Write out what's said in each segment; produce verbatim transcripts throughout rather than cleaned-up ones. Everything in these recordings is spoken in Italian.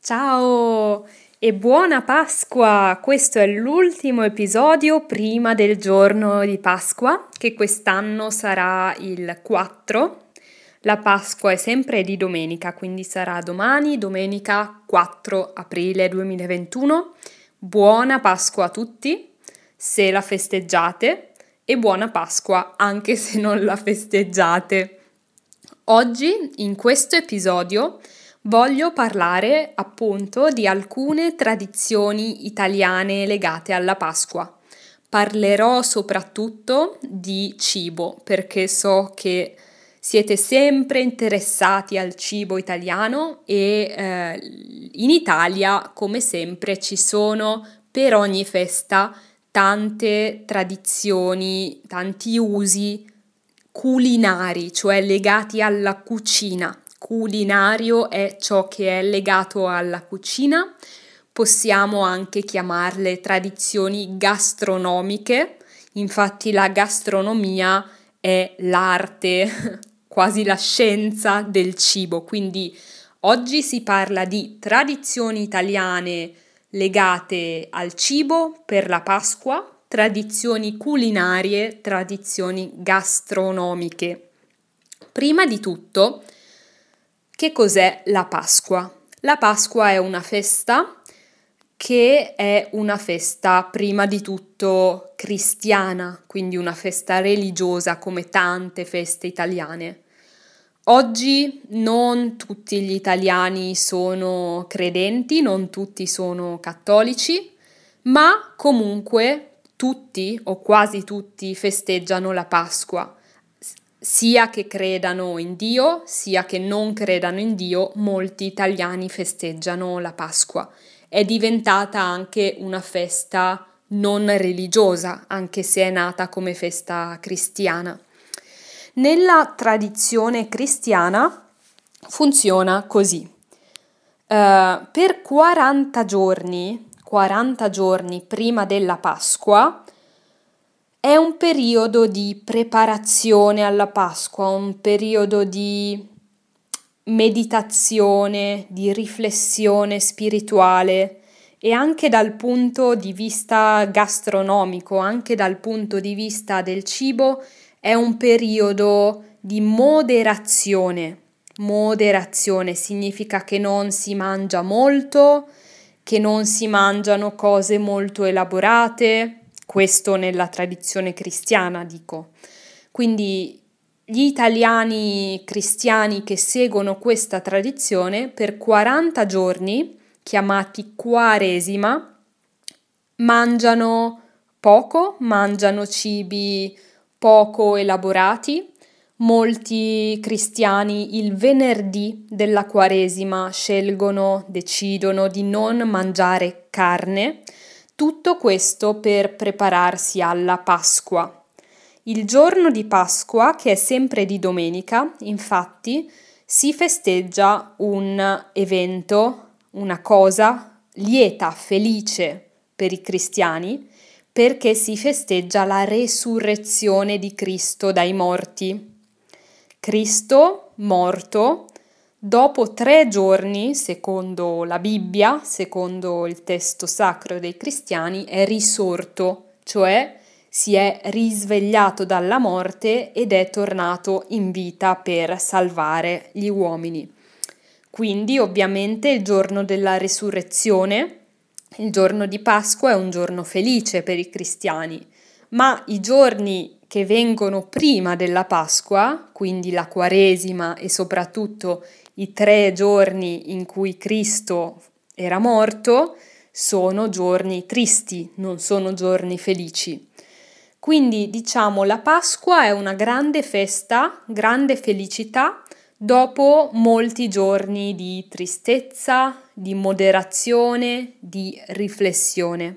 Ciao e buona Pasqua! Questo è l'ultimo episodio prima del giorno di Pasqua, che quest'anno sarà il quattro. La Pasqua è sempre di domenica, quindi sarà domani, domenica quattro aprile duemilaventuno. Buona Pasqua a tutti, se la festeggiate, e buona Pasqua anche se non la festeggiate. Oggi, in questo episodio, voglio parlare appunto di alcune tradizioni italiane legate alla Pasqua. Parlerò soprattutto di cibo, perché so che siete sempre interessati al cibo italiano e eh, in Italia, come sempre, ci sono per ogni festa tante tradizioni, tanti usi culinari, cioè legati alla cucina. Culinario è ciò che è legato alla cucina. Possiamo anche chiamarle tradizioni gastronomiche. Infatti la gastronomia è l'arte, quasi la scienza del cibo. Quindi oggi si parla di tradizioni italiane legate al cibo per la Pasqua, tradizioni culinarie, tradizioni gastronomiche. Prima di tutto, che cos'è la Pasqua? La Pasqua è una festa che è una festa prima di tutto cristiana, quindi una festa religiosa come tante feste italiane. Oggi non tutti gli italiani sono credenti, non tutti sono cattolici, ma comunque tutti o quasi tutti festeggiano la Pasqua. Sia che credano in Dio, sia che non credano in Dio, molti italiani festeggiano la Pasqua. È diventata anche una festa non religiosa, anche se è nata come festa cristiana. Nella tradizione cristiana funziona così. Uh, per quaranta giorni, quaranta giorni prima della Pasqua, è un periodo di preparazione alla Pasqua, un periodo di meditazione, di riflessione spirituale e anche dal punto di vista gastronomico, anche dal punto di vista del cibo, è un periodo di moderazione. Moderazione significa che non si mangia molto, che non si mangiano cose molto elaborate. Questo nella tradizione cristiana, dico. Quindi gli italiani cristiani che seguono questa tradizione per quaranta giorni, chiamati Quaresima, mangiano poco, mangiano cibi poco elaborati. Molti cristiani il venerdì della Quaresima scelgono, decidono di non mangiare carne. Tutto questo per prepararsi alla Pasqua. Il giorno di Pasqua, che è sempre di domenica, infatti, si festeggia un evento, una cosa lieta, felice per i cristiani, perché si festeggia la resurrezione di Cristo dai morti. Cristo, morto, dopo tre giorni, secondo la Bibbia, secondo il testo sacro dei cristiani, è risorto, cioè si è risvegliato dalla morte ed è tornato in vita per salvare gli uomini. Quindi, ovviamente, il giorno della resurrezione, il giorno di Pasqua, è un giorno felice per i cristiani, ma i giorni che vengono prima della Pasqua, quindi la Quaresima e soprattutto i tre giorni in cui Cristo era morto, sono giorni tristi, non sono giorni felici. Quindi diciamo la Pasqua è una grande festa, grande felicità dopo molti giorni di tristezza, di moderazione, di riflessione.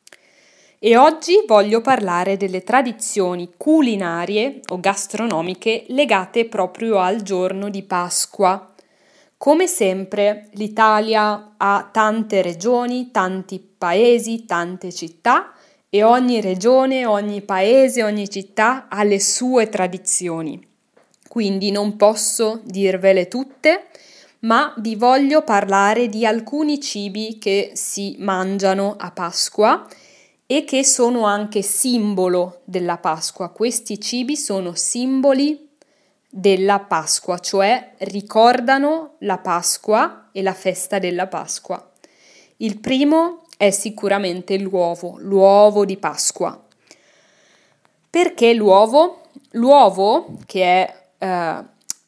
E oggi voglio parlare delle tradizioni culinarie o gastronomiche legate proprio al giorno di Pasqua. Come sempre, l'Italia ha tante regioni, tanti paesi, tante città e ogni regione, ogni paese, ogni città ha le sue tradizioni. Quindi non posso dirvele tutte, ma vi voglio parlare di alcuni cibi che si mangiano a Pasqua e che sono anche simbolo della Pasqua. Questi cibi sono simboli della Pasqua, cioè ricordano la Pasqua e la festa della Pasqua. Il primo è sicuramente l'uovo, l'uovo di Pasqua. Perché l'uovo? L'uovo, che è eh,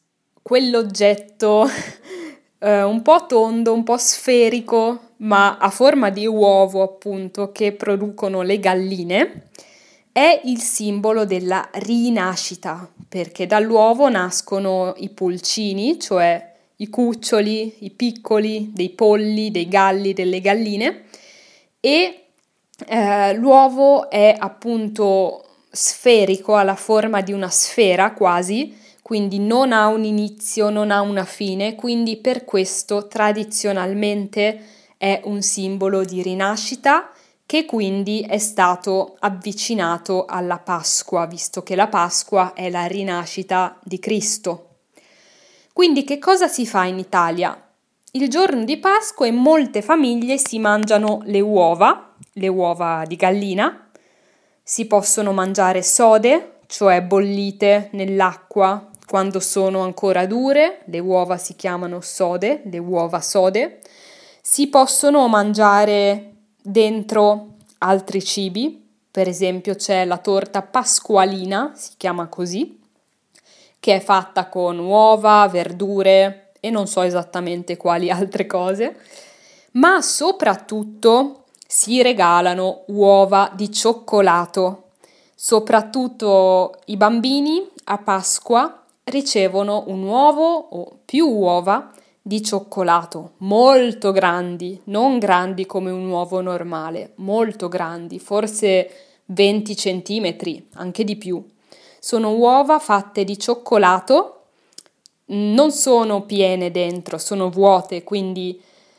quell'oggetto eh, un po' tondo, un po' sferico, ma a forma di uovo, appunto, che producono le galline, è il simbolo della rinascita, perché dall'uovo nascono i pulcini, cioè i cuccioli, i piccoli, dei polli, dei galli, delle galline, e eh, l'uovo è appunto sferico, ha la forma di una sfera quasi, quindi non ha un inizio, non ha una fine, quindi per questo tradizionalmente è un simbolo di rinascita che quindi è stato avvicinato alla Pasqua, visto che la Pasqua è la rinascita di Cristo. Quindi che cosa si fa in Italia? Il giorno di Pasqua in molte famiglie si mangiano le uova, le uova di gallina, si possono mangiare sode, cioè bollite nell'acqua quando sono ancora dure, le uova si chiamano sode, le uova sode. Si possono mangiare dentro altri cibi, per esempio c'è la torta pasqualina, si chiama così, che è fatta con uova, verdure e non so esattamente quali altre cose, ma soprattutto si regalano uova di cioccolato. Soprattutto i bambini a Pasqua ricevono un uovo o più uova di cioccolato, molto grandi, non grandi come un uovo normale, molto grandi, forse venti centimetri, anche di più. Sono uova fatte di cioccolato, non sono piene dentro, sono vuote, quindi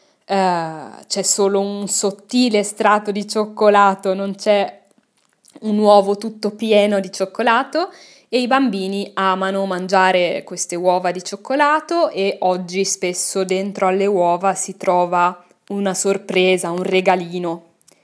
eh, c'è solo un sottile strato di cioccolato, non c'è un uovo tutto pieno di cioccolato. E i bambini amano mangiare queste uova di cioccolato e oggi spesso dentro alle uova si trova una sorpresa, un regalino.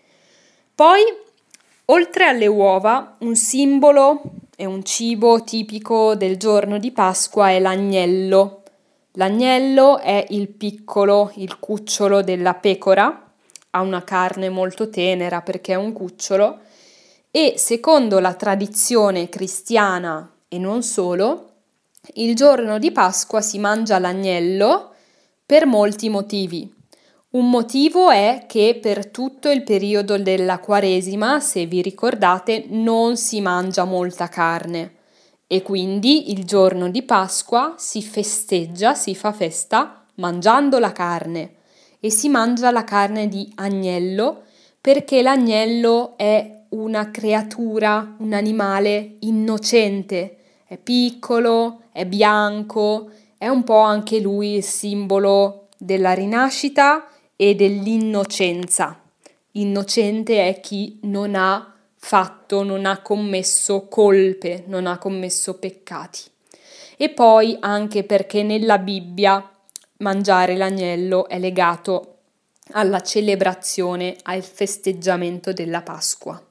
Poi, oltre alle uova, un simbolo e un cibo tipico del giorno di Pasqua è l'agnello. L'agnello è il piccolo, il cucciolo della pecora, ha una carne molto tenera perché è un cucciolo, e secondo la tradizione cristiana e non solo, il giorno di Pasqua si mangia l'agnello per molti motivi. Un motivo è che per tutto il periodo della Quaresima, se vi ricordate, non si mangia molta carne e quindi il giorno di Pasqua si festeggia, si fa festa mangiando la carne e si mangia la carne di agnello perché l'agnello è una creatura, un animale innocente, è piccolo, è bianco, è un po' anche lui il simbolo della rinascita e dell'innocenza. Innocente è chi non ha fatto, non ha commesso colpe, non ha commesso peccati. E poi anche perché nella Bibbia mangiare l'agnello è legato alla celebrazione, al festeggiamento della Pasqua.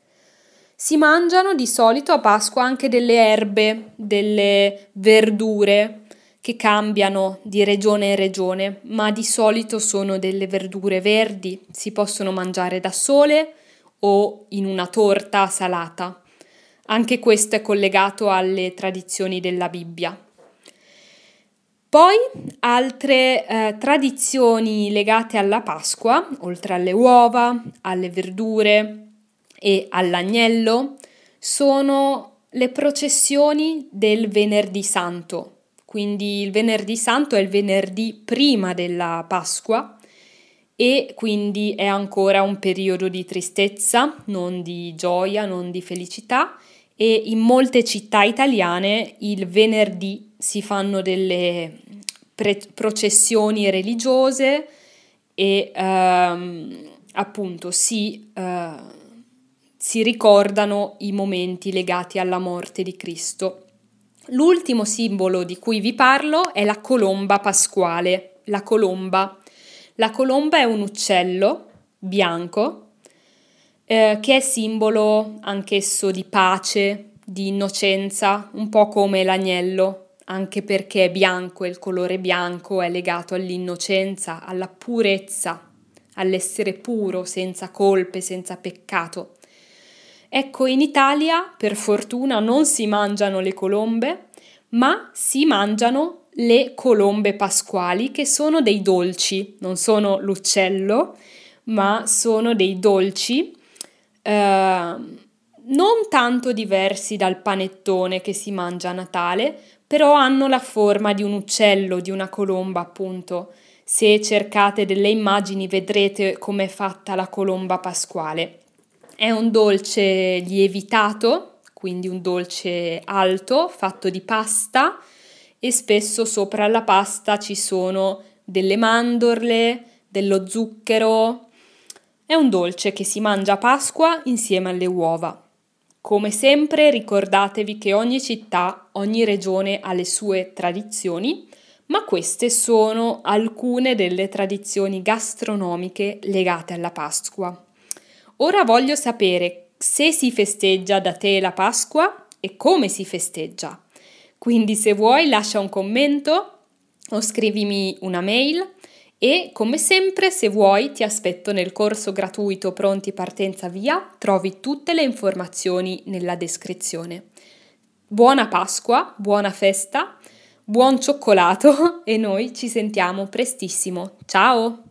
Si mangiano di solito a Pasqua anche delle erbe, delle verdure che cambiano di regione in regione, ma di solito sono delle verdure verdi, si possono mangiare da sole o in una torta salata. Anche questo è collegato alle tradizioni della Bibbia. Poi altre eh, tradizioni legate alla Pasqua, oltre alle uova, alle verdure e all'agnello, sono le processioni del Venerdì Santo. Quindi il Venerdì Santo è il venerdì prima della Pasqua e quindi è ancora un periodo di tristezza, non di gioia, non di felicità, e in molte città italiane il venerdì si fanno delle pre- processioni religiose e ehm, appunto si, eh, si ricordano i momenti legati alla morte di Cristo. L'ultimo simbolo di cui vi parlo è la colomba pasquale. la colomba. La colomba è un uccello bianco eh, che è simbolo anch'esso di pace, di innocenza, un po' come l'agnello, anche perché è bianco e il colore bianco è legato all'innocenza, alla purezza, all'essere puro, senza colpe, senza peccato. Ecco, in Italia, per fortuna, non si mangiano le colombe, ma si mangiano le colombe pasquali, che sono dei dolci, non sono l'uccello, ma sono dei dolci eh, non tanto diversi dal panettone che si mangia a Natale, però hanno la forma di un uccello, di una colomba, appunto. Se cercate delle immagini vedrete com'è fatta la colomba pasquale. È un dolce lievitato, quindi un dolce alto, fatto di pasta, e spesso sopra la pasta ci sono delle mandorle, dello zucchero. È un dolce che si mangia a Pasqua insieme alle uova. Come sempre ricordatevi che ogni città, ogni regione ha le sue tradizioni, ma queste sono alcune delle tradizioni gastronomiche legate alla Pasqua. Ora voglio sapere se si festeggia da te la Pasqua e come si festeggia. Quindi se vuoi lascia un commento o scrivimi una mail e come sempre se vuoi ti aspetto nel corso gratuito Pronti Partenza Via, trovi tutte le informazioni nella descrizione. Buona Pasqua, buona festa, buon cioccolato e noi ci sentiamo prestissimo. Ciao!